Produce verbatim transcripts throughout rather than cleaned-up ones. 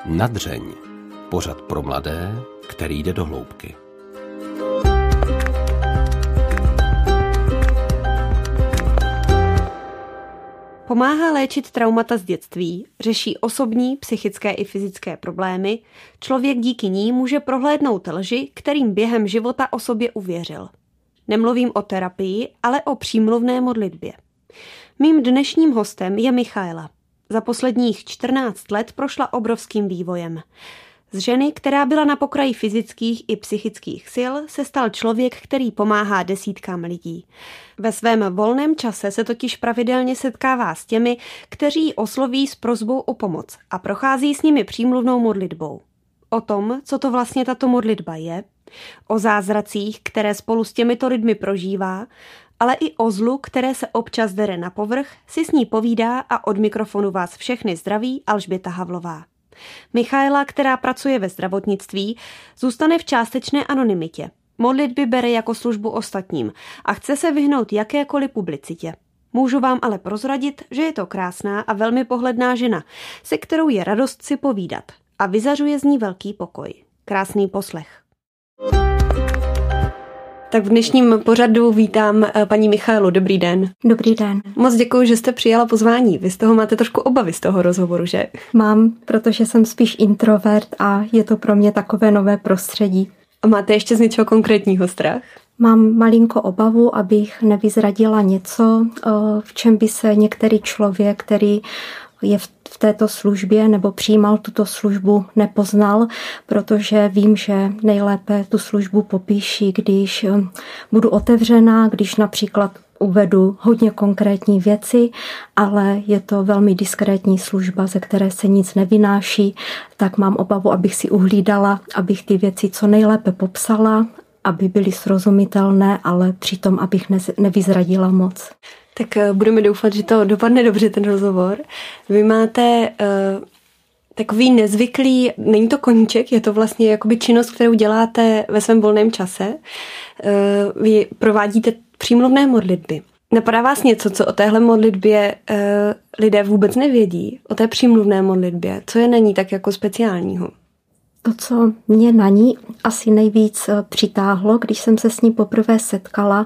Nadřeň. Pořad pro mladé, který jde do hloubky. Pomáhá léčit traumata z dětství, řeší osobní, psychické i fyzické problémy, člověk díky ní může prohlédnout lži, kterým během života o sobě uvěřil. Nemluvím o terapii, ale o přímluvné modlitbě. Mým dnešním hostem je Michaela. Za posledních čtrnáct let prošla obrovským vývojem. Z ženy, která byla na pokraji fyzických i psychických sil, se stal člověk, který pomáhá desítkám lidí. Ve svém volném čase se totiž pravidelně setkává s těmi, kteří ji osloví s prosbou o pomoc a prochází s nimi přímluvnou modlitbou. O tom, co to vlastně tato modlitba je, o zázracích, které spolu s těmito lidmi prožívá, ale i o zlu, které se občas dere na povrch, si s ní povídá a od mikrofonu vás všechny zdraví Alžběta Havlová. Michaela, která pracuje ve zdravotnictví, zůstane v částečné anonymitě. Modlitby bere jako službu ostatním a chce se vyhnout jakékoliv publicitě. Můžu vám ale prozradit, že je to krásná a velmi pohledná žena, se kterou je radost si povídat a vyzařuje z ní velký pokoj. Krásný poslech. Tak v dnešním pořadu vítám paní Michaelu. Dobrý den. Dobrý den. Moc děkuji, že jste přijala pozvání. Vy z toho máte trošku obavy z toho rozhovoru, že? Mám, protože jsem spíš introvert a je to pro mě takové nové prostředí. A máte ještě z něčeho konkrétního strach? Mám malinko obavu, abych nevyzradila něco, v čem by se některý člověk, který je v této službě nebo přijímal tuto službu, nepoznal, protože vím, že nejlépe tu službu popíši, když budu otevřená, když například uvedu hodně konkrétní věci, ale je to velmi diskrétní služba, ze které se nic nevynáší, tak mám obavu, abych si uhlídala, abych ty věci co nejlépe popsala, aby byly srozumitelné, ale přitom abych nevyzradila moc. Tak budeme doufat, že to dopadne dobře, ten rozhovor. Vy máte uh, takový nezvyklý, není to koníček, je to vlastně jakoby činnost, kterou děláte ve svém volném čase. Uh, vy provádíte přímluvné modlitby. Napadá vás něco, co o téhle modlitbě uh, lidé vůbec nevědí? O té přímluvné modlitbě? Co je na ní tak jako speciálního? To, co mě na ní asi nejvíc přitáhlo, když jsem se s ní poprvé setkala,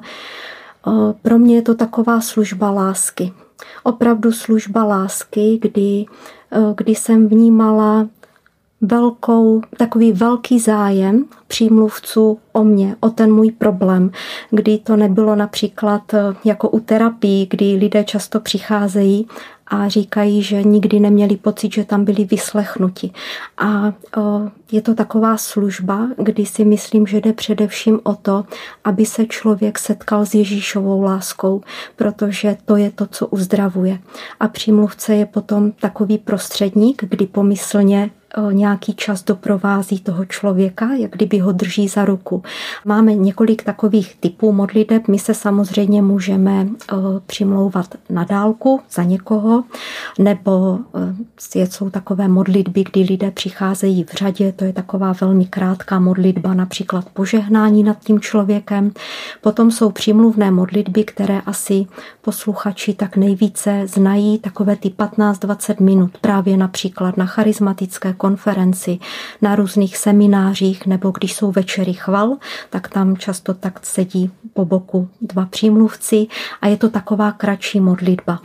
pro mě je to taková služba lásky. Opravdu služba lásky, kdy, kdy jsem vnímala velkou, takový velký zájem přímluvců o mě, o ten můj problém, kdy to nebylo například jako u terapii, kdy lidé často přicházejí a říkají, že nikdy neměli pocit, že tam byli vyslechnuti. A o, je to taková služba, kdy si myslím, že jde především o to, aby se člověk setkal s Ježíšovou láskou, protože to je to, co uzdravuje. A přímluvce je potom takový prostředník, kdy pomyslně nějaký čas doprovází toho člověka, jak kdyby ho drží za ruku. Máme několik takových typů modliteb. My se samozřejmě můžeme přimlouvat na dálku za někoho, nebo jsou takové modlitby, kdy lidé přicházejí v řadě, to je taková velmi krátká modlitba, například požehnání nad tím člověkem. Potom jsou přímluvné modlitby, které asi posluchači tak nejvíce znají, takové ty patnáct dvacet minut, právě například na charismatické konferenci, na různých seminářích, nebo když jsou večery chval, tak tam často tak sedí po boku dva přímluvci a je to taková kratší modlitba.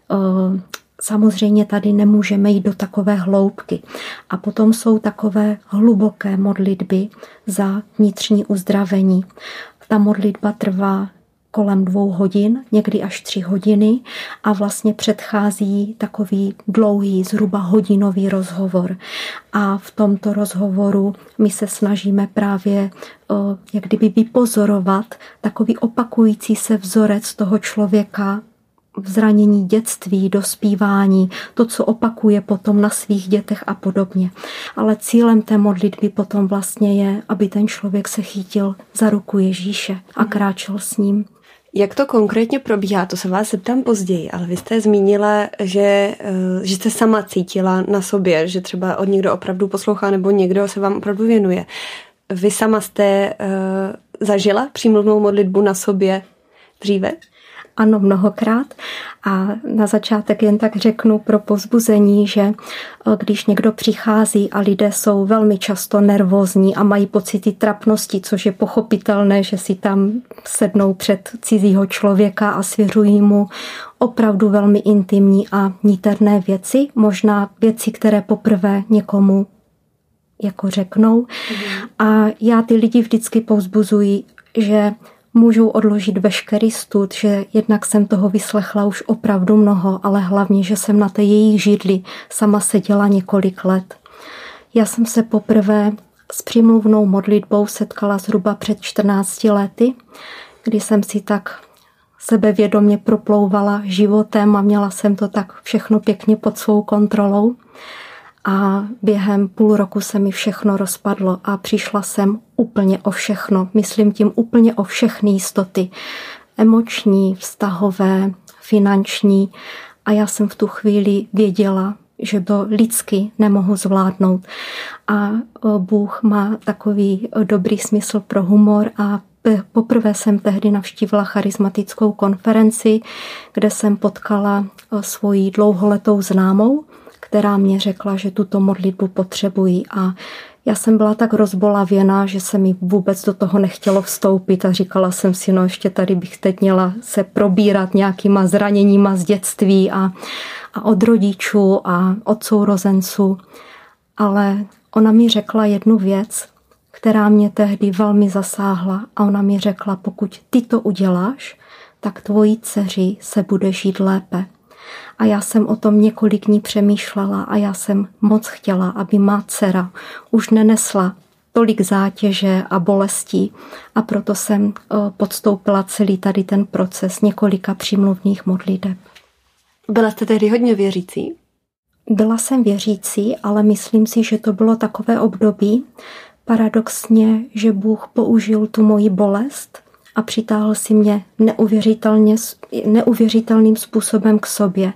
Samozřejmě tady nemůžeme jít do takové hloubky. A potom jsou takové hluboké modlitby za vnitřní uzdravení. Ta modlitba trvá kolem dvou hodin, někdy až tři hodiny a vlastně předchází takový dlouhý, zhruba hodinový rozhovor. A v tomto rozhovoru my se snažíme právě jak kdyby vypozorovat takový opakující se vzorec toho člověka v zranění dětství, dospívání, to, co opakuje potom na svých dětech a podobně. Ale cílem té modlitby potom vlastně je, aby ten člověk se chytil za ruku Ježíše a kráčel s ním. Jak to konkrétně probíhá, to se vás zeptám později, ale vy jste zmínila, že, že jste sama cítila na sobě, že třeba od někdo opravdu poslouchá nebo někdo se vám opravdu věnuje. Vy sama jste uh, zažila přímluvnou modlitbu na sobě dříve? Ano, mnohokrát. A na začátek jen tak řeknu pro povzbuzení, že když někdo přichází a lidé jsou velmi často nervózní a mají pocity trapnosti, což je pochopitelné, že si tam sednou před cizího člověka a svěřují mu opravdu velmi intimní a niterné věci, možná věci, které poprvé někomu jako řeknou. Mm. A já ty lidi vždycky povzbuzuji, že můžou odložit veškerý stud, že jednak jsem toho vyslechla už opravdu mnoho, ale hlavně, že jsem na té jejich židli sama seděla několik let. Já jsem se poprvé s přímluvnou modlitbou setkala zhruba před čtrnácti lety, kdy jsem si tak sebevědomě proplouvala životem a měla jsem to tak všechno pěkně pod svou kontrolou. A během půl roku se mi všechno rozpadlo a přišla jsem úplně o všechno. Myslím tím úplně o všechny jistoty. Emoční, vztahové, finanční. A já jsem v tu chvíli věděla, že to lidsky nemohu zvládnout. A Bůh má takový dobrý smysl pro humor a poprvé jsem tehdy navštívila charismatickou konferenci, kde jsem potkala svoji dlouholetou známou, která mě řekla, že tuto modlitbu potřebují. A já jsem byla tak rozbolavěná, že se mi vůbec do toho nechtělo vstoupit a říkala jsem si, no ještě tady bych teď měla se probírat nějakýma zraněníma z dětství a, a od rodičů a od sourozenců. Ale ona mi řekla jednu věc, která mě tehdy velmi zasáhla a ona mi řekla, pokud ty to uděláš, tak tvojí dceři se bude žít lépe. A já jsem o tom několik dní přemýšlela a já jsem moc chtěla, aby má dcera už nenesla tolik zátěže a bolestí a proto jsem podstoupila celý tady ten proces několika přímluvných modliteb. Byla jste tehdy hodně věřící? Byla jsem věřící, ale myslím si, že to bylo takové období, paradoxně, že Bůh použil tu moji bolest a přitáhl si mě neuvěřitelně, neuvěřitelným způsobem k sobě.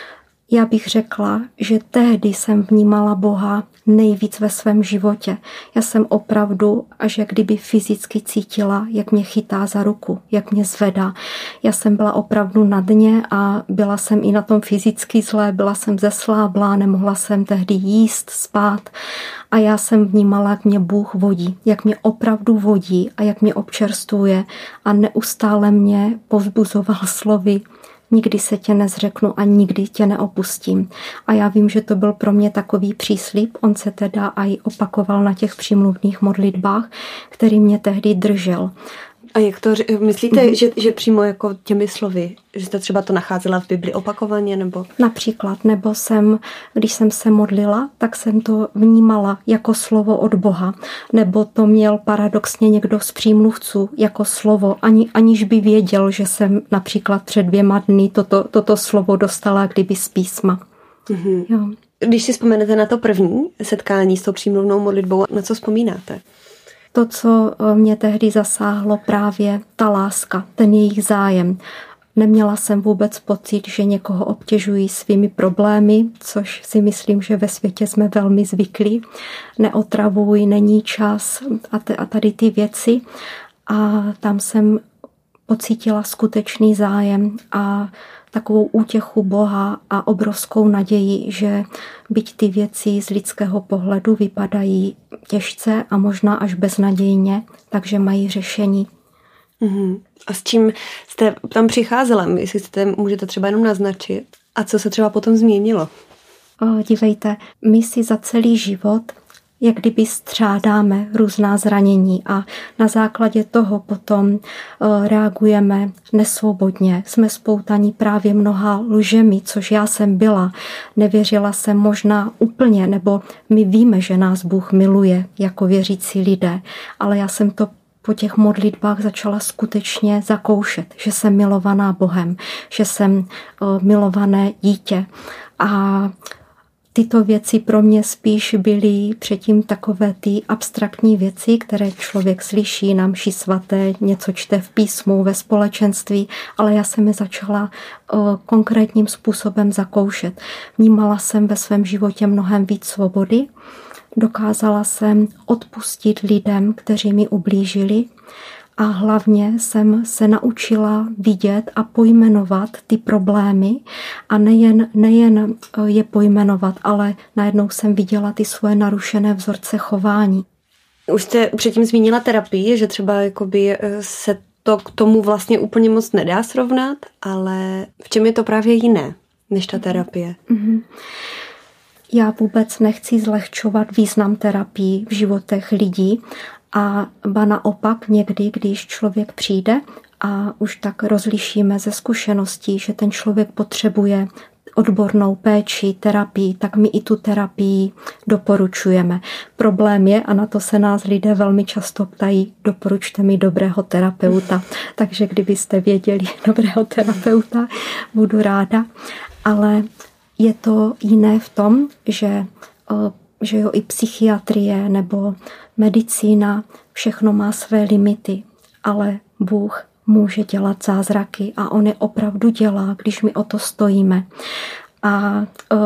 Já bych řekla, že tehdy jsem vnímala Boha nejvíc ve svém životě. Já jsem opravdu až jak kdyby fyzicky cítila, jak mě chytá za ruku, jak mě zvedá. Já jsem byla opravdu na dně a byla jsem i na tom fyzicky zlé, byla jsem zesláblá, nemohla jsem tehdy jíst, spát. A já jsem vnímala, jak mě Bůh vodí, jak mě opravdu vodí a jak mě občerstvuje a neustále mě povzbuzoval slovy: nikdy se tě nezřeknu a nikdy tě neopustím. A já vím, že to byl pro mě takový příslib. On se teda i opakoval na těch přímluvných modlitbách, který mě tehdy držel. A jak to myslíte, mm-hmm. že, že přímo jako těmi slovy, že jste třeba to nacházela v Bibli opakovaně, nebo? Například, nebo jsem, když jsem se modlila, tak jsem to vnímala jako slovo od Boha, nebo to měl paradoxně někdo z přímluvců jako slovo, ani, aniž by věděl, že jsem například před dvěma dny toto, toto slovo dostala kdyby z písma. Mm-hmm. Jo. Když si vzpomenete na to první setkání s tou přímluvnou modlitbou, na co vzpomínáte? To, co mě tehdy zasáhlo, právě ta láska, ten jejich zájem. Neměla jsem vůbec pocit, že někoho obtěžují svými problémy, což si myslím, že ve světě jsme velmi zvyklí. Neotravuj, není čas a tady ty věci. A tam jsem pocítila skutečný zájem a takovou útěchu Boha a obrovskou naději, že byť ty věci z lidského pohledu vypadají těžce a možná až beznadějně, takže mají řešení. Uhum. A s čím jste tam přicházela? Jestli jste můžete třeba jenom naznačit? A co se třeba potom změnilo? O, dívejte, my si za celý život jak kdyby střádáme různá zranění a na základě toho potom reagujeme nesvobodně. Jsme spoutaní právě mnoha lžemi, což já jsem byla. Nevěřila jsem možná úplně, nebo my víme, že nás Bůh miluje jako věřící lidé, ale já jsem to po těch modlitbách začala skutečně zakoušet, že jsem milovaná Bohem, že jsem milované dítě. A tyto věci pro mě spíš byly předtím takové ty abstraktní věci, které člověk slyší na mši svaté, něco čte v písmu, ve společenství, ale já jsem je začala konkrétním způsobem zakoušet. Vnímala jsem ve svém životě mnohem víc svobody, dokázala jsem odpustit lidem, kteří mi ublížili a hlavně jsem se naučila vidět a pojmenovat ty problémy a nejen, nejen je pojmenovat, ale najednou jsem viděla ty svoje narušené vzorce chování. Už jste předtím zmínila terapii, že třeba jakoby se to k tomu vlastně úplně moc nedá srovnat, ale v čem je to právě jiné než ta terapie? Mm-hmm. Já vůbec nechci zlehčovat význam terapii v životech lidí a ba naopak někdy, když člověk přijde a už tak rozlišíme ze zkušeností, že ten člověk potřebuje odbornou péči, terapii, tak my i tu terapii doporučujeme. Problém je, a na to se nás lidé velmi často ptají, doporučte mi dobrého terapeuta. Takže kdybyste věděli dobrého terapeuta, budu ráda. Ale je to jiné v tom, že, že jo, i psychiatrie nebo medicína, všechno má své limity, ale Bůh může dělat zázraky a on je opravdu dělá, když my o to stojíme. A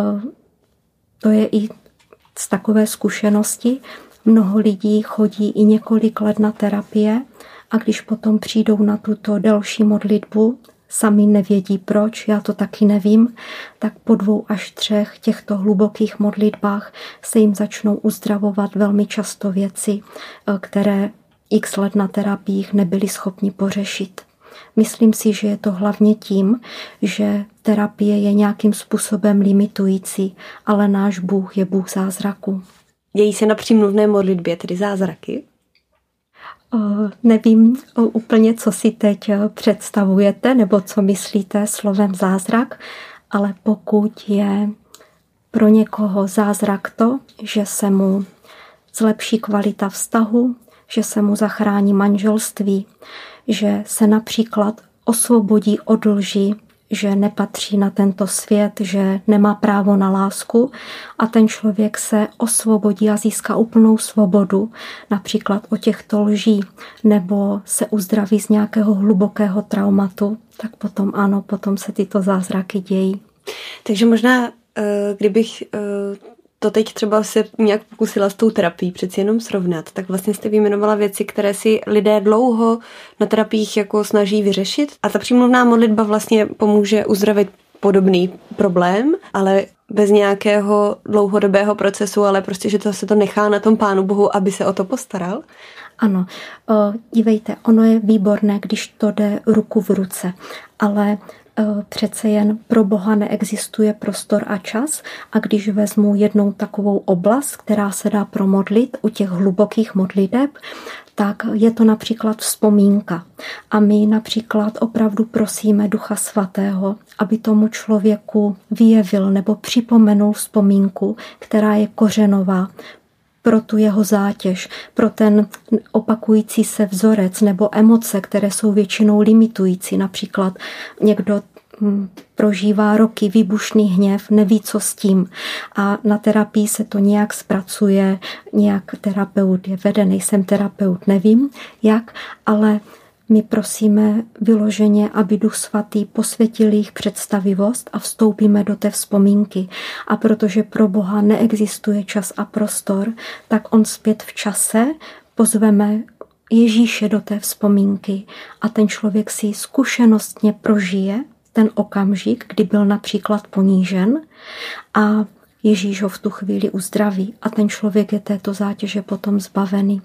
to je i z takové zkušenosti. Mnoho lidí chodí i několik let na terapie a když potom přijdou na tuto delší modlitbu, sami nevědí proč, já to taky nevím, tak po dvou až třech těchto hlubokých modlitbách se jim začnou uzdravovat velmi často věci, které x let na terapiích nebyli schopni pořešit. Myslím si, že je to hlavně tím, že terapie je nějakým způsobem limitující, ale náš Bůh je Bůh zázraků. Dějí se na přímluvné modlitbě tedy zázraky? O, nevím o, úplně, co si teď představujete nebo co myslíte slovem zázrak, ale pokud je pro někoho zázrak to, že se mu zlepší kvalita vztahu, že se mu zachrání manželství, že se například osvobodí od lži, že nepatří na tento svět, že nemá právo na lásku a ten člověk se osvobodí a získá úplnou svobodu, například o těchto lží, nebo se uzdraví z nějakého hlubokého traumatu, tak potom ano, potom se tyto zázraky dějí. Takže možná, kdybych to teď třeba se nějak pokusila s tou terapií přeci jenom srovnat, tak vlastně jste vyjmenovala věci, které si lidé dlouho na terapiích jako snaží vyřešit a ta přímluvná modlitba vlastně pomůže uzdravit podobný problém, ale bez nějakého dlouhodobého procesu, ale prostě, že to se to nechá na tom Pánu Bohu, aby se o to postaral. Ano, dívejte, ono je výborné, když to jde ruku v ruce, ale přece jen pro Boha neexistuje prostor a čas a když vezmu jednou takovou oblast, která se dá promodlit u těch hlubokých modliteb, tak je to například vzpomínka. A my například opravdu prosíme Ducha Svatého, aby tomu člověku vyjevil nebo připomenul vzpomínku, která je kořenová pro tu jeho zátěž, pro ten opakující se vzorec nebo emoce, které jsou většinou limitující. Například někdo prožívá roky výbušný hněv, neví, co s tím. A na terapii se to nějak zpracuje, nějak terapeut je vede, nejsem terapeut, nevím jak, ale my prosíme vyloženě, aby Duch Svatý posvětil jejich představivost a vstoupíme do té vzpomínky. A protože pro Boha neexistuje čas a prostor, tak on zpět v čase pozveme Ježíše do té vzpomínky a ten člověk si zkušenostně prožije ten okamžik, kdy byl například ponížen a Ježíš ho v tu chvíli uzdraví a ten člověk je této zátěže potom zbavený.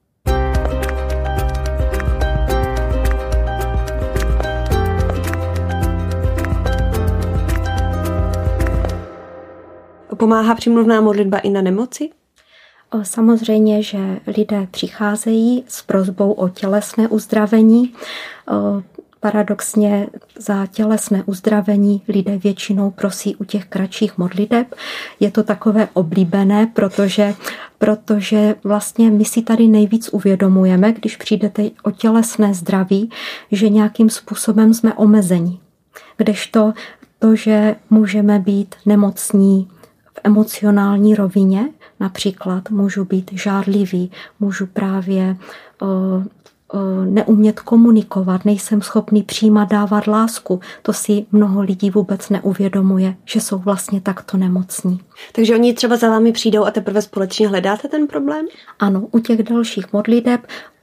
Pomáhá přímluvná modlitba i na nemoci? Samozřejmě, že lidé přicházejí s prosbou o tělesné uzdravení. Paradoxně za tělesné uzdravení lidé většinou prosí u těch kratších modliteb. Je to takové oblíbené, protože, protože vlastně my si tady nejvíc uvědomujeme, když přijdete o tělesné zdraví, že nějakým způsobem jsme omezeni. Kdežto to, že můžeme být nemocní v emocionální rovině, například můžu být žárlivý, můžu právě uh, neumět komunikovat, nejsem schopný přijímat, dávat lásku. To si mnoho lidí vůbec neuvědomuje, že jsou vlastně takto nemocní. Takže oni třeba za vámi přijdou a teprve společně hledáte ten problém? Ano, u těch dalších modliteb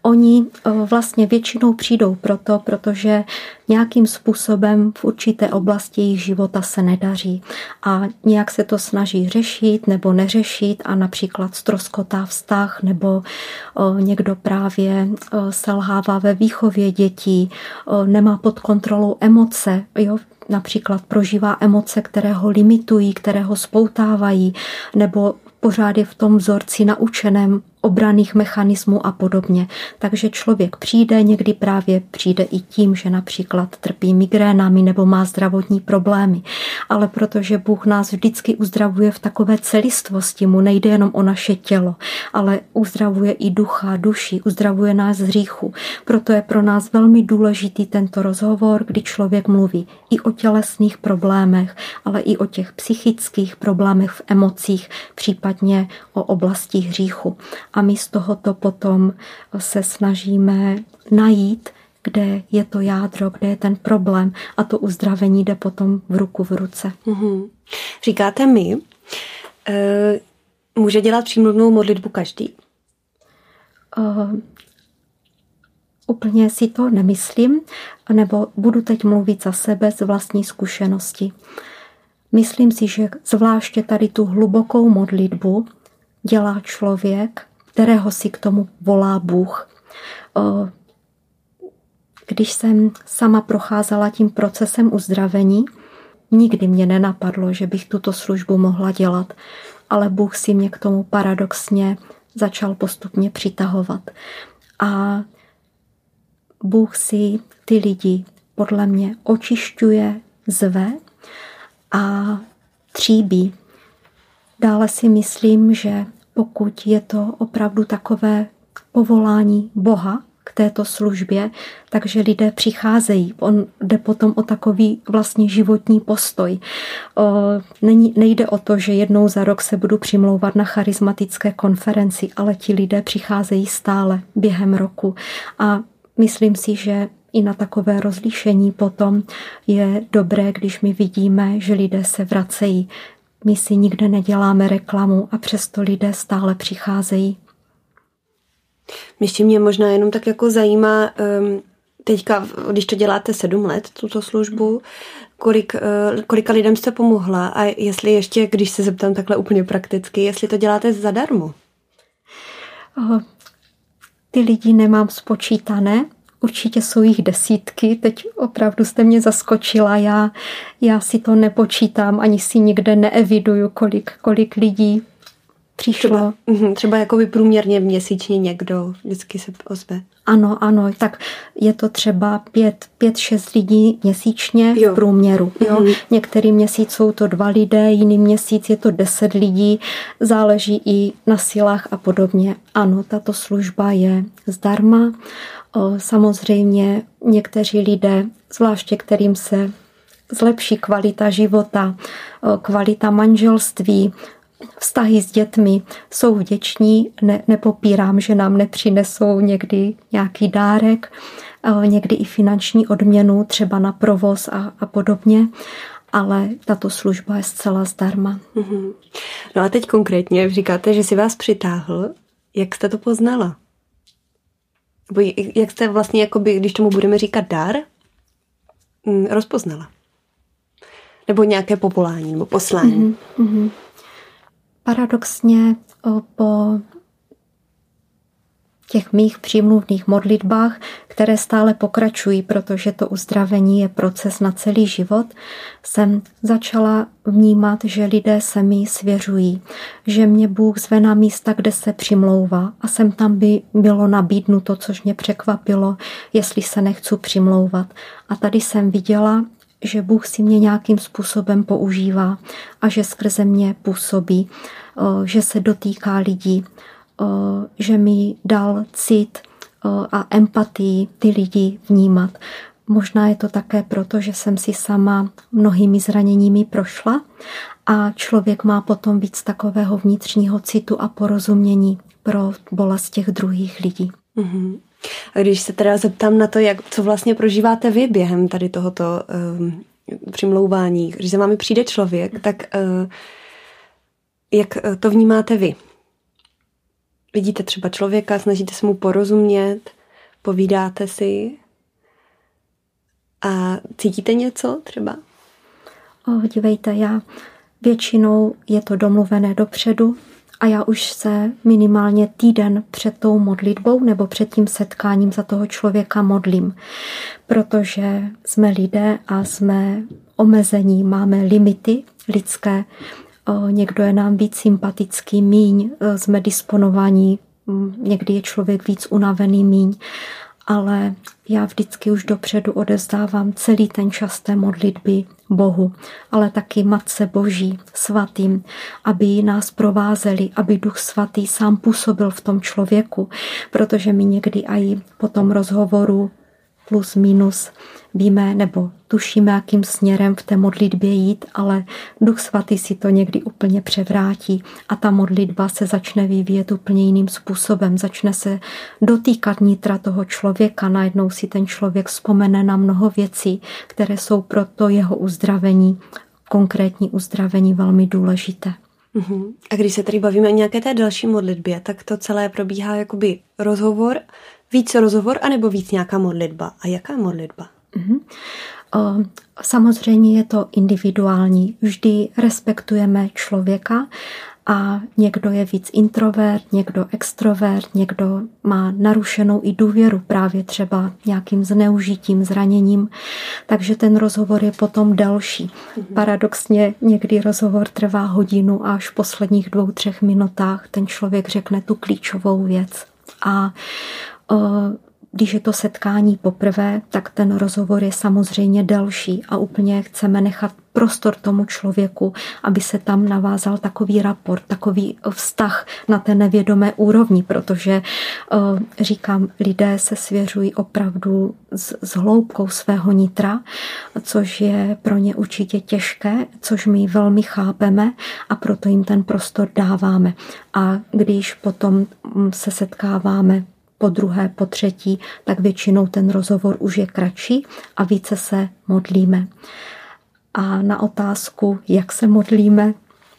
oni vlastně většinou přijdou proto, protože nějakým způsobem v určité oblasti jejich života se nedaří a nějak se to snaží řešit nebo neřešit a například ztroskotá vztah nebo někdo právě selhává ve výchově dětí, nemá pod kontrolou emoce, jo? Například prožívá emoce, které ho limitují, které ho spoutávají, nebo pořád je v tom vzorci naučeném obranných mechanismů a podobně. Takže člověk přijde, někdy právě přijde i tím, že například trpí migrénami nebo má zdravotní problémy. Ale protože Bůh nás vždycky uzdravuje v takové celistvosti, mu nejde jenom o naše tělo, ale uzdravuje i ducha, duši, uzdravuje nás z hříchu. Proto je pro nás velmi důležitý tento rozhovor, kdy člověk mluví i o tělesných problémech, ale i o těch psychických problémech v emocích, případně o oblasti hříchu. A my z tohoto potom se snažíme najít, kde je to jádro, kde je ten problém a to uzdravení jde potom v ruku v ruce. Mm-hmm. Říkáte mi, e, může dělat přímluvnou modlitbu každý? Uh, úplně si to nemyslím, nebo budu teď mluvit za sebe z vlastní zkušenosti. Myslím si, že zvláště tady tu hlubokou modlitbu dělá člověk, kterého si k tomu volá Bůh. Když jsem sama procházela tím procesem uzdravení, nikdy mě nenapadlo, že bych tuto službu mohla dělat, ale Bůh si mě k tomu paradoxně začal postupně přitahovat. A Bůh si ty lidi podle mě očišťuje, zve a tříbí. Dále si myslím, že pokud je to opravdu takové povolání Boha k této službě, takže lidé přicházejí. On jde potom o takový vlastně životní postoj. O, není, nejde o to, že jednou za rok se budu přimlouvat na charismatické konferenci, ale ti lidé přicházejí stále během roku. A myslím si, že i na takové rozlišení potom je dobré, když my vidíme, že lidé se vracejí. My si nikde neděláme reklamu a přesto lidé stále přicházejí. Ještě mě možná jenom tak jako zajímá, teďka, když to děláte sedm let, tuto službu, kolik, kolika lidem jste pomohla a jestli ještě, když se zeptám takhle úplně prakticky, jestli to děláte zadarmo? Ty lidi nemám spočítané, určitě jsou jich desítky, teď opravdu jste mě zaskočila, já, já si to nepočítám, ani si nikde neeviduju, kolik, kolik lidí přišlo. Třeba, třeba jako by průměrně měsíčně někdo vždycky se ozve. Ano, ano, tak je to třeba pět, pět, šest lidí měsíčně jo. v průměru. Jo. Mm-hmm. Některý měsíc jsou to dva lidé, jiný měsíc je to deset lidí, záleží i na silách a podobně. Ano, tato služba je zdarma. Samozřejmě někteří lidé, zvláště kterým se zlepší kvalita života, kvalita manželství, vztahy s dětmi, jsou vděční, ne, nepopírám, že nám nepřinesou někdy nějaký dárek, někdy i finanční odměnu, třeba na provoz a, a podobně, ale tato služba je zcela zdarma. Mm-hmm. No a teď konkrétně říkáte, že si vás přitáhl. Jak jste to poznala? Jak jste vlastně, jakoby, když tomu budeme říkat dar, rozpoznala? Nebo nějaké povolání nebo poslání? Mm-hmm. Paradoxně po těch mých přímluvných modlitbách, které stále pokračují, protože to uzdravení je proces na celý život, jsem začala vnímat, že lidé se mi svěřují, že mě Bůh zve na místa, kde se přimlouvá a sem tam by bylo nabídnuto, což mě překvapilo, jestli se nechci přimlouvat. A tady jsem viděla, že Bůh si mě nějakým způsobem používá a že skrze mě působí, že se dotýká lidí, že mi dal cit a empatii ty lidi vnímat. Možná je to také proto, že jsem si sama mnohými zraněními prošla a člověk má potom víc takového vnitřního citu a porozumění pro bolest těch druhých lidí. Mm-hmm. A když se teda zeptám na to, jak, co vlastně prožíváte vy během tady tohoto um, přimlouvání, když za vámi přijde člověk, tak uh, jak to vnímáte vy? Vidíte třeba člověka, snažíte se mu porozumět, povídáte si a cítíte něco třeba? O, dívejte, já většinou je to domluvené dopředu a já už se minimálně týden před tou modlitbou nebo před tím setkáním za toho člověka modlím, protože jsme lidé a jsme omezení, máme limity lidské. O, někdo je nám víc sympatický, míň, jsme disponovaní, někdy je člověk víc unavený, míň, ale já vždycky už dopředu odevzdávám celý ten čas té modlitby Bohu, ale taky Matce Boží, svatým, aby nás provázeli, aby Duch Svatý sám působil v tom člověku, protože my někdy i po tom rozhovoru plus minus víme nebo tušíme, jakým směrem v té modlitbě jít, ale Duch Svatý si to někdy úplně převrátí a ta modlitba se začne vyvíjet úplně jiným způsobem. Začne se dotýkat nitra toho člověka. Najednou si ten člověk vzpomene na mnoho věcí, které jsou pro to jeho uzdravení, konkrétní uzdravení velmi důležité. Uhum. A když se tady bavíme o nějaké té další modlitbě, tak to celé probíhá jakoby rozhovor, víc rozhovor, anebo víc nějaká modlitba? A jaká modlitba? Uhum. O, samozřejmě je to individuální. Vždy respektujeme člověka a někdo je víc introvert, někdo extrovert, někdo má narušenou i důvěru právě třeba nějakým zneužitím, zraněním, takže ten rozhovor je potom delší. Mhm. Paradoxně někdy rozhovor trvá hodinu a až v posledních dvou, třech minutách ten člověk řekne tu klíčovou věc. A o, když je to setkání poprvé, tak ten rozhovor je samozřejmě delší a úplně chceme nechat prostor tomu člověku, aby se tam navázal takový raport, takový vztah na té nevědomé úrovni, protože říkám, lidé se svěřují opravdu s, s hloubkou svého nitra, což je pro ně určitě těžké, což my velmi chápeme a proto jim ten prostor dáváme. A když potom se setkáváme po druhé, po třetí, tak většinou ten rozhovor už je kratší a více se modlíme. A na otázku, jak se modlíme,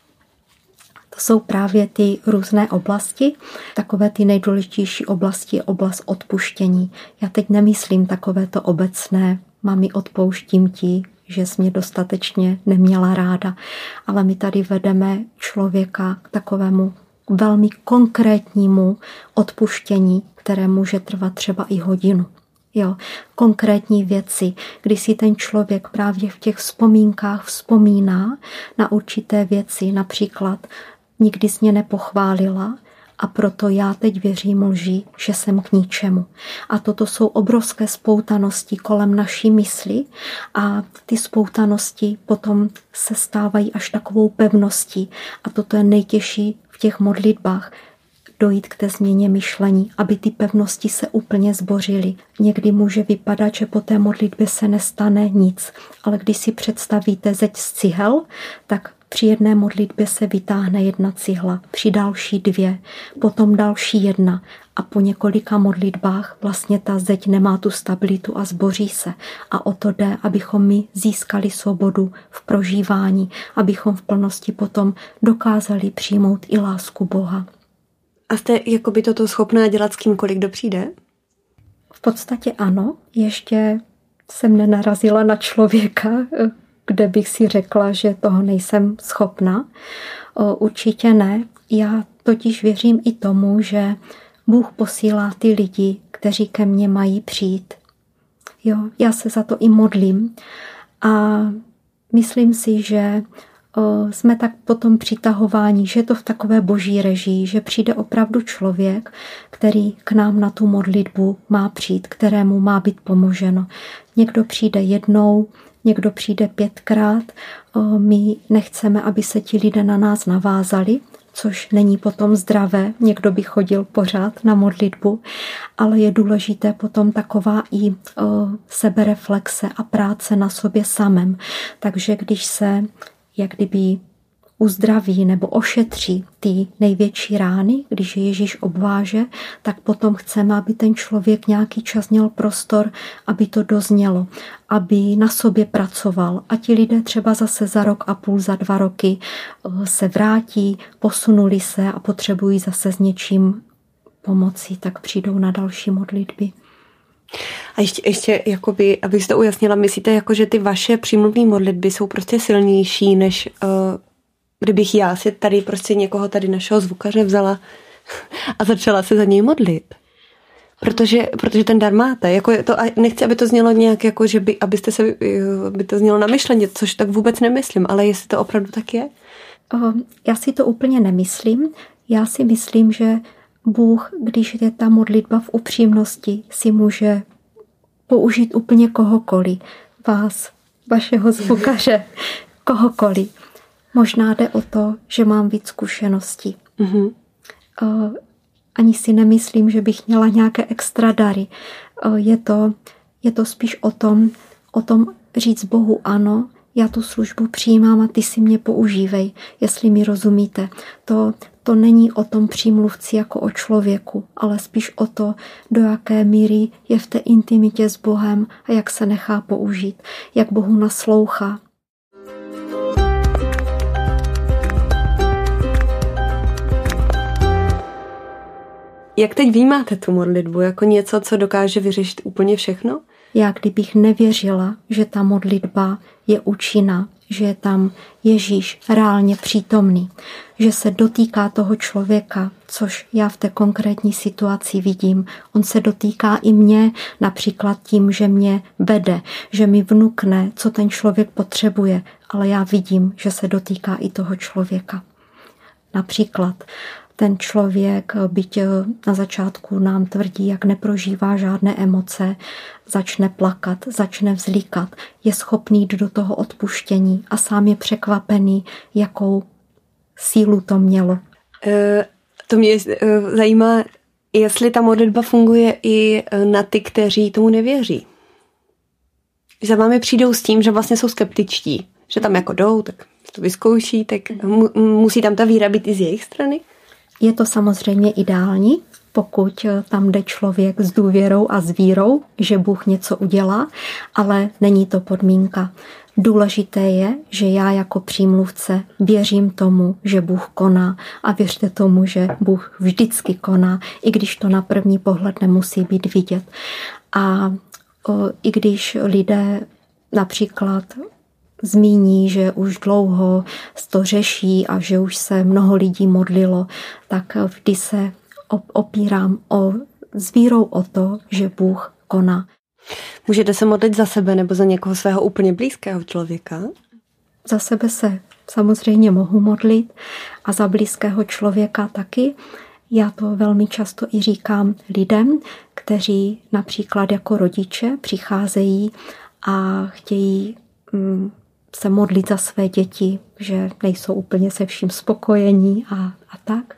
to jsou právě ty různé oblasti. Takové ty nejdůležitější oblasti je oblast odpuštění. Já teď nemyslím takovéto obecné, mami, odpouštím ti, že jsi mě dostatečně neměla ráda, ale my tady vedeme člověka k takovému velmi konkrétnímu odpuštění, které může trvat třeba i hodinu. Jo, konkrétní věci, kdy si ten člověk právě v těch vzpomínkách vzpomíná na určité věci, například nikdy jsi mě nepochválila a proto já teď věřím lži, že jsem k ničemu. A toto jsou obrovské spoutanosti kolem naší mysli a ty spoutanosti potom se stávají až takovou pevností a toto je nejtěžší v těch modlitbách, dojít k té změně myšlení, aby ty pevnosti se úplně zbořily. Někdy může vypadat, že po té modlitbě se nestane nic, ale když si představíte zeď z cihel, tak při jedné modlitbě se vytáhne jedna cihla, při další dvě, potom další jedna a po několika modlitbách vlastně ta zeď nemá tu stabilitu a zboří se. A o to jde, abychom my získali svobodu v prožívání, abychom v plnosti potom dokázali přijmout i lásku Boha. A jste jakoby toto schopná dělat s kýmkoliv, kdo přijde? V podstatě ano. Ještě jsem nenarazila na člověka, kde bych si řekla, že toho nejsem schopna. Určitě ne. Já totiž věřím i tomu, že Bůh posílá ty lidi, kteří ke mně mají přijít. Jo, já se za to i modlím. A myslím si, že jsme tak potom přitahováni, že je to v takové boží režii, že přijde opravdu člověk, který k nám na tu modlitbu má přijít, kterému má být pomoženo. Někdo přijde jednou, někdo přijde pětkrát. My nechceme, aby se ti lidé na nás navázali, což není potom zdravé. Někdo by chodil pořád na modlitbu, ale je důležité potom taková i sebereflexe a práce na sobě samém. Takže když se jak kdyby uzdraví nebo ošetří ty největší rány, když je Ježíš obváže, tak potom chceme, aby ten člověk nějaký čas měl prostor, aby to doznělo, aby na sobě pracoval. A ti lidé třeba zase za rok a půl, za dva roky se vrátí, posunuli se a potřebují zase s něčím pomoci, tak přijdou na další modlitby. A ještě, ještě jakoby, abych to ujasnila, myslíte, jako, že ty vaše přímluvné modlitby jsou prostě silnější, než uh, kdybych já si tady prostě někoho tady našeho zvukaře vzala a začala se za něj modlit? Protože, protože ten dar máte. Jako je to, a nechci, aby to znělo nějak, jako, že by, abyste se, aby to znělo namyšleně, což tak vůbec nemyslím, ale jestli to opravdu tak je? Já si to úplně nemyslím. Já si myslím, že Bůh, když je ta modlitba v upřímnosti, si může použít úplně kohokoliv. Vás, vašeho zvukaře, kohokoliv. Možná jde o to, že mám víc zkušeností. Mm-hmm. Ani si nemyslím, že bych měla nějaké extra dary. Je to, je to spíš o tom, o tom říct Bohu ano, já tu službu přijímám a ty si mě používej, jestli mi rozumíte. To, to není o tom přímluvci jako o člověku, ale spíš o to, do jaké míry je v té intimitě s Bohem a jak se nechá použít, jak Bohu naslouchá. Jak teď vnímáte tu modlitbu? Jako něco, co dokáže vyřešit úplně všechno? Já kdybych nevěřila, že ta modlitba je účinná, že je tam Ježíš reálně přítomný, že se dotýká toho člověka, což já v té konkrétní situaci vidím. On se dotýká i mě, například tím, že mě vede, že mi vnukne, co ten člověk potřebuje, ale já vidím, že se dotýká i toho člověka. Například ten člověk, byť na začátku nám tvrdí, jak neprožívá žádné emoce, začne plakat, začne vzlíkat, je schopný jít do toho odpuštění a sám je překvapený, jakou sílu to mělo. E, to mě e, zajímá, jestli ta modlitba funguje i na ty, kteří tomu nevěří. Za vámi přijdou s tím, že vlastně jsou skeptičtí, že tam jako jdou, tak to vyzkouší, tak mu, musí tam ta víra být i z jejich strany? Je to samozřejmě ideální, pokud tam jde člověk s důvěrou a s vírou, že Bůh něco udělá, ale není to podmínka. Důležité je, že já jako přímluvce věřím tomu, že Bůh koná a věřte tomu, že Bůh vždycky koná, i když to na první pohled nemusí být vidět. A o, i když lidé například zmíní, že už dlouho to řeší a že už se mnoho lidí modlilo, tak vždy se opírám o, s vírou o to, že Bůh koná. Můžete se modlit za sebe nebo za někoho svého úplně blízkého člověka? Za sebe se samozřejmě mohu modlit a za blízkého člověka taky. Já to velmi často i říkám lidem, kteří například jako rodiče přicházejí a chtějí mm, se modlit za své děti, že nejsou úplně se vším spokojení a, a tak.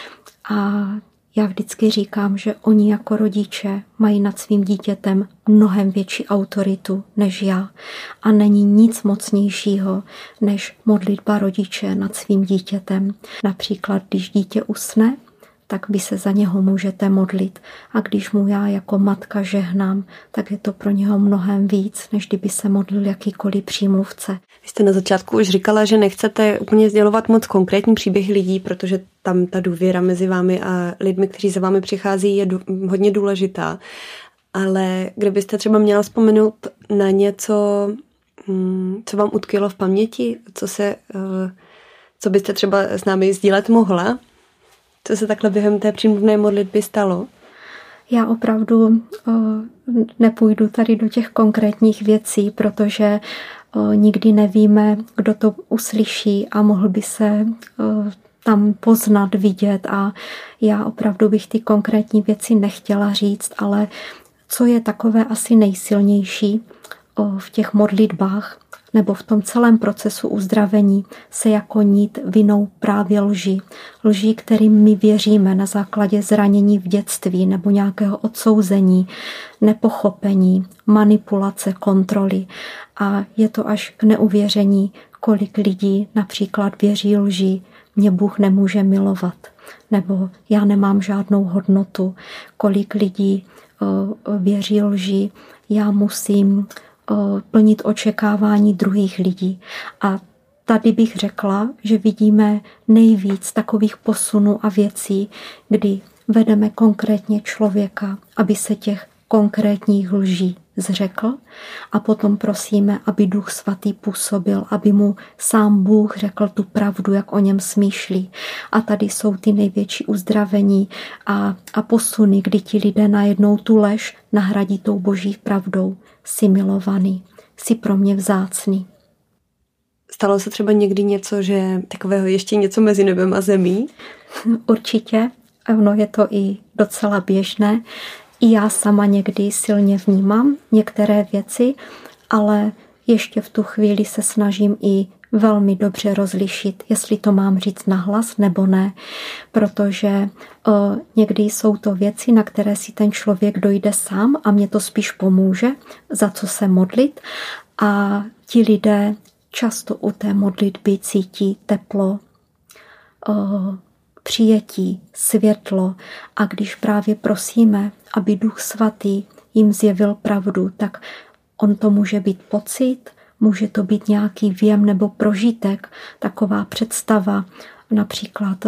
A já vždycky říkám, že oni jako rodiče mají nad svým dítětem mnohem větší autoritu než já. A není nic mocnějšího než modlitba rodiče nad svým dítětem. Například, když dítě usne, tak vy se za něho můžete modlit. A když mu já jako matka žehnám, tak je to pro něho mnohem víc, než kdyby se modlil jakýkoliv přímluvce. Vy jste na začátku už říkala, že nechcete úplně sdělovat moc konkrétní příběhy lidí, protože tam ta důvěra mezi vámi a lidmi, kteří za vámi přichází, je hodně důležitá. Ale kdybyste třeba měla vzpomenout na něco, co vám utkvělo v paměti, co, se, co byste třeba s námi sdílet mohla, co se takhle během té přímluvné modlitby stalo? Já opravdu o, nepůjdu tady do těch konkrétních věcí, protože o, nikdy nevíme, kdo to uslyší a mohl by se o, tam poznat, vidět a já opravdu bych ty konkrétní věci nechtěla říct, ale co je takové asi nejsilnější o, v těch modlitbách nebo v tom celém procesu uzdravení se jako nit vinou právě lži. Lži, kterým my věříme na základě zranění v dětství nebo nějakého odsouzení, nepochopení, manipulace, kontroly. A je to až k neuvěření, kolik lidí například věří lži, mě Bůh nemůže milovat, nebo já nemám žádnou hodnotu, kolik lidí o, věří lži, já musím plnit očekávání druhých lidí. A tady bych řekla, že vidíme nejvíc takových posunů a věcí, kdy vedeme konkrétně člověka, aby se těch konkrétních lží zřekl a potom prosíme, aby Duch Svatý působil, aby mu sám Bůh řekl tu pravdu, jak o něm smýšlí. A tady jsou ty největší uzdravení a, a posuny, kdy ti lidé najednou tu lež nahradí tou boží pravdou. Jsi milovaný, jsi pro mě vzácný. Stalo se třeba někdy něco, že takového ještě něco mezi nebem a zemí? Určitě, ono je to i docela běžné. I já sama někdy silně vnímám některé věci, ale ještě v tu chvíli se snažím i velmi dobře rozlišit, jestli to mám říct nahlas nebo ne, protože o, někdy jsou to věci, na které si ten člověk dojde sám a mě to spíš pomůže, za co se modlit. A ti lidé často u té modlitby cítí teplo, o, přijetí, světlo a když právě prosíme, aby Duch Svatý jim zjevil pravdu, tak on to může být pocit, může to být nějaký věm nebo prožitek, taková představa. Například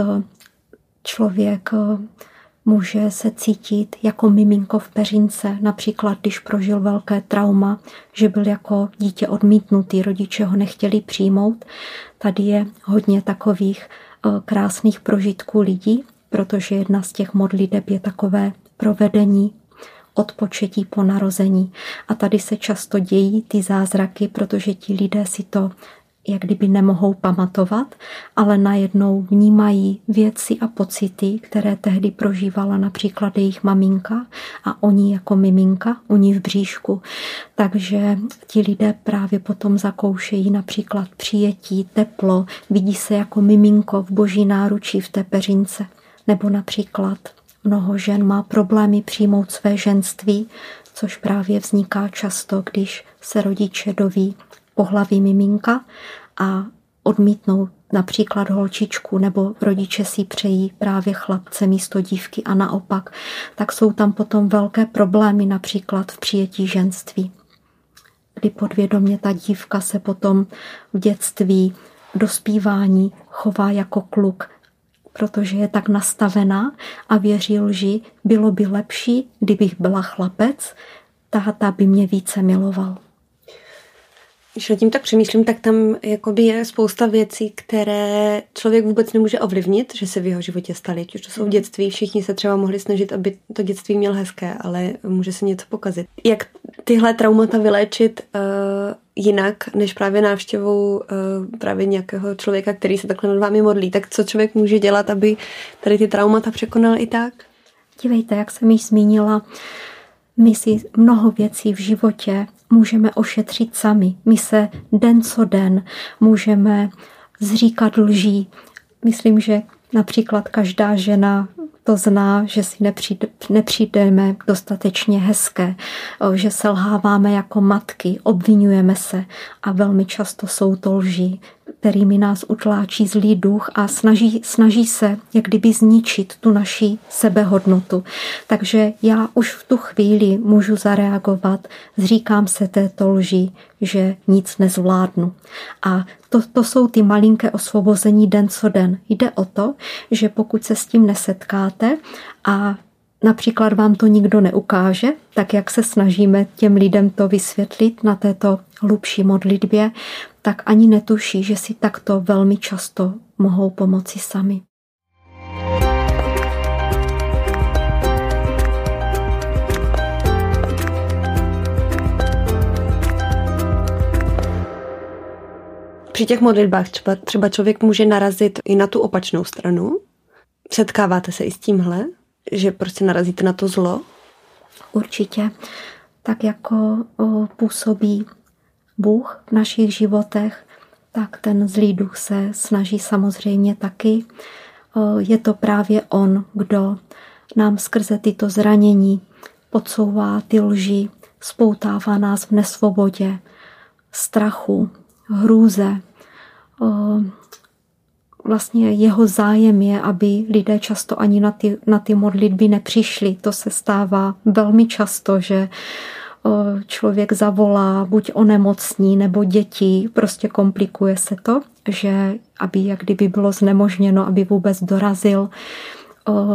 člověk může se cítit jako miminko v peřince, například když prožil velké trauma, že byl jako dítě odmítnutý, rodiče ho nechtěli přijmout. Tady je hodně takových krásných prožitků lidí, protože jedna z těch modliteb je takové provedení odpočetí po narození. A tady se často dějí ty zázraky, protože ti lidé si to jak kdyby nemohou pamatovat, ale najednou vnímají věci a pocity, které tehdy prožívala například jejich maminka a oni jako miminka, oni v bříšku. Takže ti lidé právě potom zakoušejí například přijetí, teplo, vidí se jako miminko v boží náručí v té peřince. Nebo například mnoho žen má problémy přijmout své ženství, což právě vzniká často, když se rodiče doví pohlaví miminka a odmítnou například holčičku nebo rodiče si přejí právě chlapce místo dívky a naopak, tak jsou tam potom velké problémy například v přijetí ženství, kdy podvědomě ta dívka se potom v dětství, v dospívání chová jako kluk, protože je tak nastavená a věří lži, bylo by lepší, kdybych byla chlapec, táta by mě více miloval. Když nad tím tak přemýšlím, tak tam jakoby je spousta věcí, které člověk vůbec nemůže ovlivnit, že se v jeho životě staly. Už to jsou v dětství, všichni se třeba mohli snažit, aby to dětství měl hezké, ale může se něco pokazit. Jak tyhle traumata vyléčit uh, jinak, než právě návštěvou uh, právě nějakého člověka, který se takhle nad vámi modlí, tak co člověk může dělat, aby tady ty traumata překonal i tak? Dívejte, jak jsem již zmínila, my si mnoho věcí v životě můžeme ošetřit sami. My se den co den můžeme zříkat lží. Myslím, že například každá žena to zná, že si nepřijde, nepřijdeme dostatečně hezké, že selháváme jako matky, obvinujeme se a velmi často jsou to lži, kterými nás utláčí zlý duch a snaží, snaží se jak kdyby zničit tu naši sebehodnotu. Takže já už v tu chvíli můžu zareagovat, zříkám se této lži, že nic nezvládnu. A to, to jsou ty malinké osvobození den co den. Jde o to, že pokud se s tím nesetkáte a například vám to nikdo neukáže, tak jak se snažíme těm lidem to vysvětlit na této hlubší modlitbě, tak ani netuší, že si takto velmi často mohou pomoci sami. Při těch modlitbách třeba, třeba člověk může narazit i na tu opačnou stranu. Setkáváte se i s tímhle, že prostě narazíte na to zlo? Určitě. Tak jako o, působí Bůh v našich životech, tak ten zlý duch se snaží samozřejmě taky. O, je to právě on, kdo nám skrze tyto zranění podsouvá ty lži, spoutává nás v nesvobodě, strachu, hrůze. O, vlastně jeho zájem je, aby lidé často ani na ty, na ty modlitby nepřišli. To se stává velmi často, že o, člověk zavolá, buď onemocní, nebo děti, prostě komplikuje se to, že aby jak kdyby bylo znemožněno, aby vůbec dorazil. O,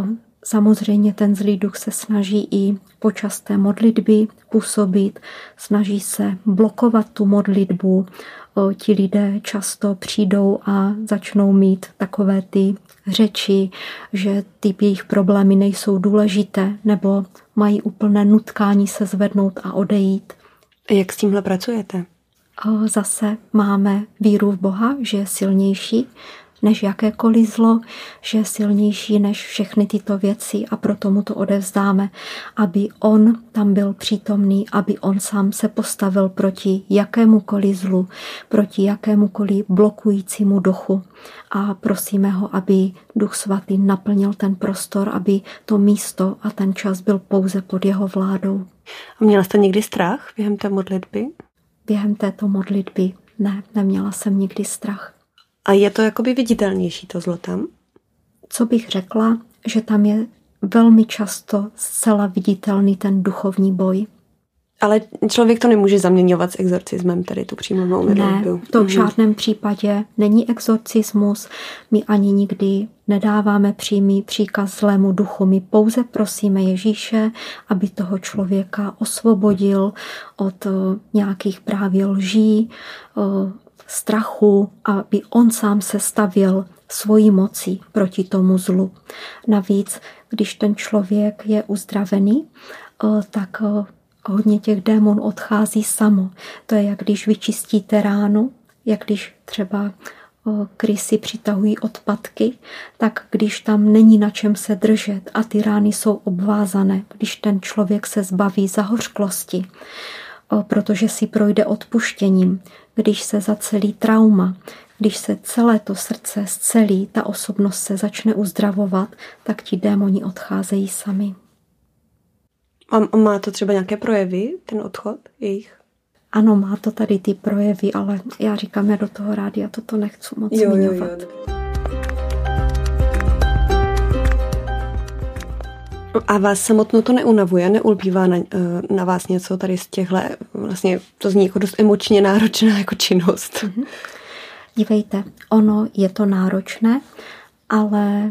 Samozřejmě ten zlý duch se snaží i počas té modlitby působit, snaží se blokovat tu modlitbu. Ti lidé často přijdou a začnou mít takové ty řeči, že ty jejich problémy nejsou důležité, nebo mají úplné nutkání se zvednout a odejít. Jak s tímhle pracujete? Zase máme víru v Boha, že je silnější než jakékoliv zlo, že je silnější než všechny tyto věci a proto mu to odevzdáme, aby on tam byl přítomný, aby on sám se postavil proti jakémukoliv zlu, proti jakémukoliv blokujícímu duchu a prosíme ho, aby Duch Svatý naplnil ten prostor, aby to místo a ten čas byl pouze pod jeho vládou. A měla jste někdy strach během té modlitby? Během této modlitby ne, neměla jsem nikdy strach. A je to jakoby viditelnější to zlo tam? Co bych řekla, že tam je velmi často zcela viditelný ten duchovní boj. Ale člověk to nemůže zaměňovat s exorcismem, tedy tu přímou modlitbu. Ne, to v žádném případě není exorcismus. My ani nikdy nedáváme přímý příkaz zlému duchu. My pouze prosíme Ježíše, aby toho člověka osvobodil od nějakých právě lží, strachu, aby on sám se stavěl svojí mocí proti tomu zlu. Navíc, když ten člověk je uzdravený, tak hodně těch démonů odchází samo. To je, jak když vyčistíte ránu, jak když třeba krysy přitahují odpadky, tak když tam není na čem se držet a ty rány jsou obvázané, když ten člověk se zbaví zahořklosti, protože si projde odpuštěním, když se zacelí trauma, když se celé to srdce zcelí, ta osobnost se začne uzdravovat, tak ti démoni odcházejí sami. A má to třeba nějaké projevy, ten odchod jejich? Ano, má to tady ty projevy, ale já říkám, já do toho rádia toto nechci moc jo, zmiňovat. Jo, jo. A vás samotnou to neunavuje, neulpívá na, na vás něco tady z těchto, vlastně to zní jako dost emočně náročná jako činnost. Mm-hmm. Dívejte, ono je to náročné, ale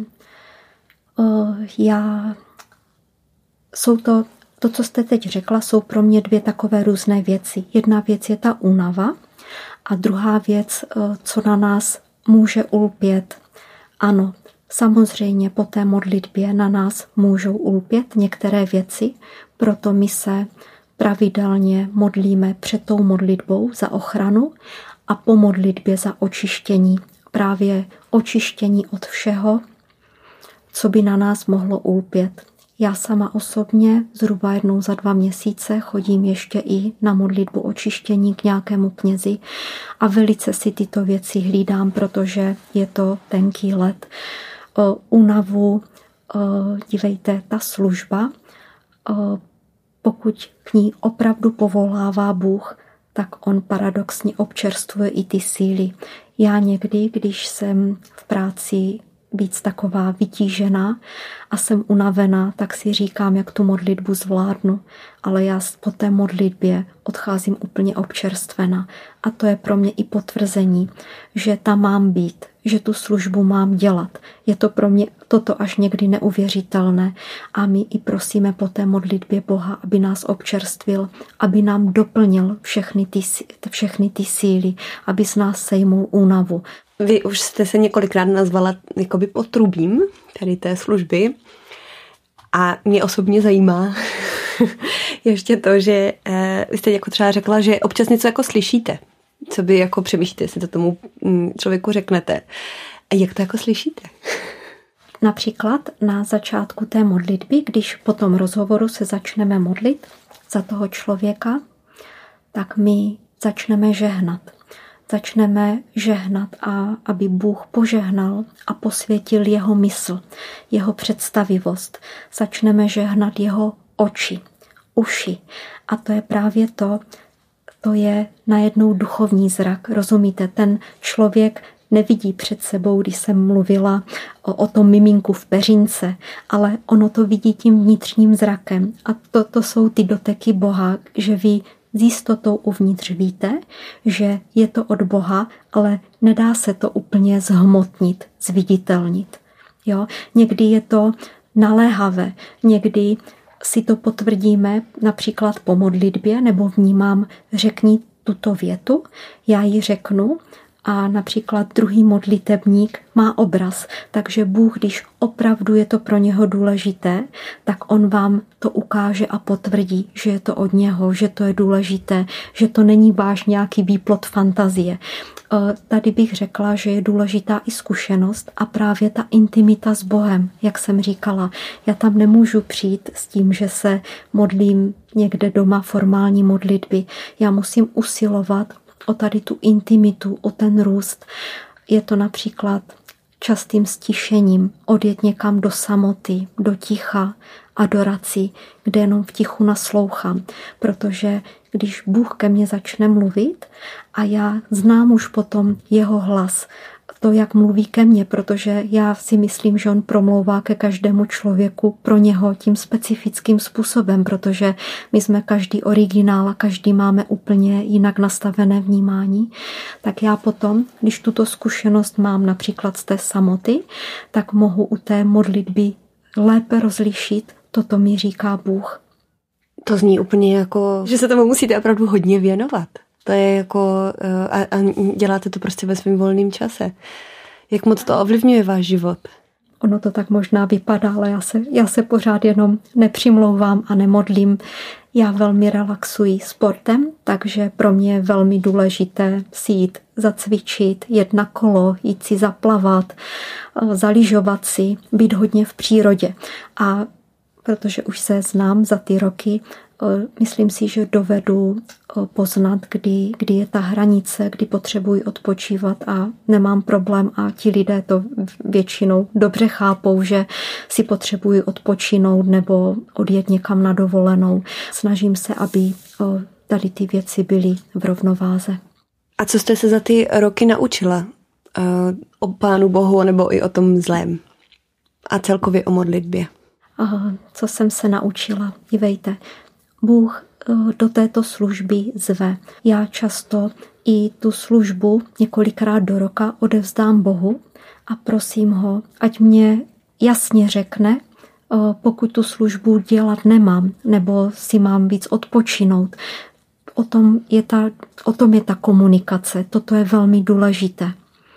uh, já, jsou to, to, co jste teď řekla, jsou pro mě dvě takové různé věci. Jedna věc je ta únava a druhá věc, uh, co na nás může ulpět. Ano, samozřejmě po té modlitbě na nás můžou ulpět některé věci, proto my se pravidelně modlíme před tou modlitbou za ochranu a po modlitbě za očištění. Právě očištění od všeho, co by na nás mohlo ulpět. Já sama osobně zhruba jednou za dva měsíce chodím ještě i na modlitbu očištění k nějakému knězi a velice si tyto věci hlídám, protože je to tenký led. O únavu, o, dívejte, ta služba, o, pokud k ní opravdu povolává Bůh, tak on paradoxně občerstvuje i ty síly. Já někdy, když jsem v práci víc taková vytížená a jsem unavená, tak si říkám, jak tu modlitbu zvládnu, ale já po té modlitbě odcházím úplně občerstvená a to je pro mě i potvrzení, že tam mám být, že tu službu mám dělat. Je to pro mě toto až někdy neuvěřitelné a my i prosíme po té modlitbě Boha, aby nás občerstvil, aby nám doplnil všechny ty, všechny ty síly, aby z nás sejmul únavu. Vy už jste se několikrát nazvala jakoby potrubím tady té služby a mě osobně zajímá ještě to, že eh, vy jste jako třeba řekla, že občas něco jako slyšíte, co by jako přemýšlíte, jestli to tomu člověku řeknete. A jak to jako slyšíte? Například na začátku té modlitby, když po tom rozhovoru se začneme modlit za toho člověka, tak my začneme žehnat. Začneme žehnat, a aby Bůh požehnal a posvětil jeho mysl, jeho představivost. Začneme žehnat jeho oči, uši. A to je právě to, to je najednou duchovní zrak. Rozumíte, ten člověk nevidí před sebou, když jsem mluvila o, o tom miminku v peřince, ale ono to vidí tím vnitřním zrakem. A to, to jsou ty doteky Boha, že vy s jistotou uvnitř víte, že je to od Boha, ale nedá se to úplně zhmotnit, zviditelnit. Jo? Někdy je to naléhavé. Někdy si to potvrdíme například po modlitbě, nebo vnímám, řekni tuto větu, já ji řeknu a například druhý modlitebník má obraz. Takže Bůh, když opravdu je to pro něho důležité, tak on vám to ukáže a potvrdí, že je to od něho, že to je důležité, že to není váš nějaký výplod fantazie. Tady bych řekla, že je důležitá i zkušenost a právě ta intimita s Bohem, jak jsem říkala. Já tam nemůžu přijít s tím, že se modlím někde doma formální modlitby. Já musím usilovat o tady tu intimitu, o ten růst. Je to například častým stišením, odjet někam do samoty, do ticha, adorací, kde jenom v tichu naslouchám. Protože když Bůh ke mně začne mluvit a já znám už potom jeho hlas, to, jak mluví ke mně, protože já si myslím, že on promlouvá ke každému člověku pro něho tím specifickým způsobem, protože my jsme každý originál a každý máme úplně jinak nastavené vnímání. Tak já potom, když tuto zkušenost mám například z té samoty, tak mohu u té modlitby lépe rozlišit, toto mi říká Bůh. To zní úplně jako, že se tomu musíte opravdu hodně věnovat. To je jako, a, a děláte to prostě ve svém volném čase. Jak moc to ovlivňuje váš život? Ono to tak možná vypadá, ale já se, já se pořád jenom nepřimlouvám a nemodlím. Já velmi relaxuji sportem, takže pro mě je velmi důležité si jít zacvičit, jet na kolo, jít si zaplavat, zalyžovat si, být hodně v přírodě. A protože už se znám za ty roky, myslím si, že dovedu poznat, kdy, kdy je ta hranice, kdy potřebuji odpočívat a nemám problém a ti lidé to většinou dobře chápou, že si potřebuji odpočinout nebo odjet někam na dovolenou. Snažím se, aby tady ty věci byly v rovnováze. A co jste se za ty roky naučila o Pánu Bohu nebo i o tom zlém? A celkově o modlitbě? Co jsem se naučila? Dívejte, Bůh do této služby zve. Já často i tu službu několikrát do roka odevzdám Bohu a prosím ho, ať mě jasně řekne, pokud tu službu dělat nemám, nebo si mám víc odpočinout. O tom je ta, o tom je ta komunikace. Toto je velmi důležité.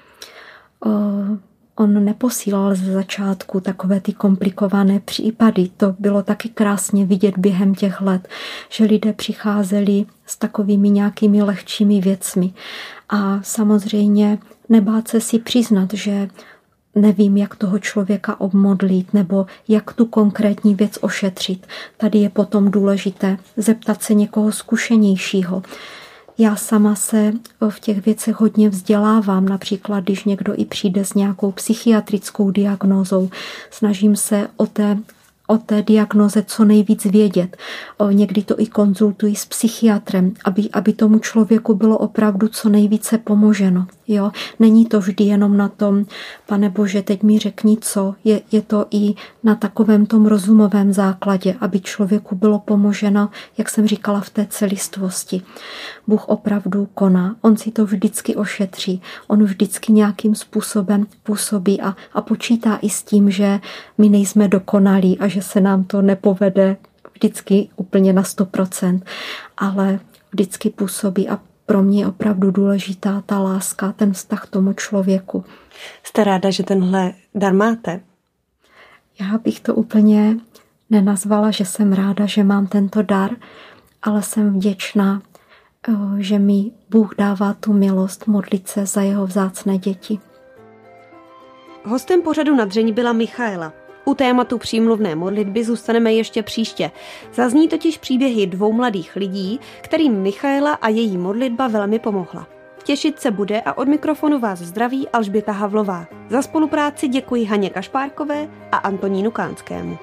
On neposílal ze začátku takové ty komplikované případy. To bylo taky krásně vidět během těch let, že lidé přicházeli s takovými nějakými lehčími věcmi. A samozřejmě nebát se si přiznat, že nevím, jak toho člověka obmodlit nebo jak tu konkrétní věc ošetřit. Tady je potom důležité zeptat se někoho zkušenějšího. Já sama se v těch věcech hodně vzdělávám, například když někdo i přijde s nějakou psychiatrickou diagnózou, snažím se o té, o té diagnoze co nejvíc vědět. Někdy to i konzultuji s psychiatrem, aby, aby tomu člověku bylo opravdu co nejvíce pomoženo. Jo? Není to vždy jenom na tom, Pane Bože, teď mi řekni co, je, je to i na takovém tom rozumovém základě, aby člověku bylo pomoženo, jak jsem říkala, v té celistvosti. Bůh opravdu koná, on si to vždycky ošetří, on vždycky nějakým způsobem působí a, a počítá i s tím, že my nejsme dokonalí a že se nám to nepovede vždycky úplně na sto procent, ale vždycky působí a pro mě je opravdu důležitá ta láska, ten vztah tomu člověku. Jste ráda, že tenhle dar máte? Já bych to úplně nenazvala, že jsem ráda, že mám tento dar, ale jsem vděčná, že mi Bůh dává tu milost modlit se za jeho vzácné děti. Hostem pořadu Nadření byla Michaela. U tématu přímluvné modlitby zůstaneme ještě příště. Zazní totiž příběhy dvou mladých lidí, kterým Michaela a její modlitba velmi pomohla. Těšit se bude a od mikrofonu vás zdraví Alžběta Havlová. Za spolupráci děkuji Haně Kašpárkové a Antonínu Kánskému.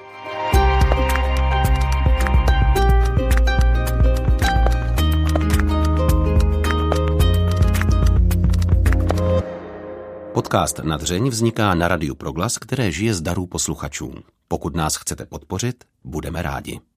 Podcast Nadřeň vzniká na Radiu Proglas, které žije z darů posluchačů. Pokud nás chcete podpořit, budeme rádi.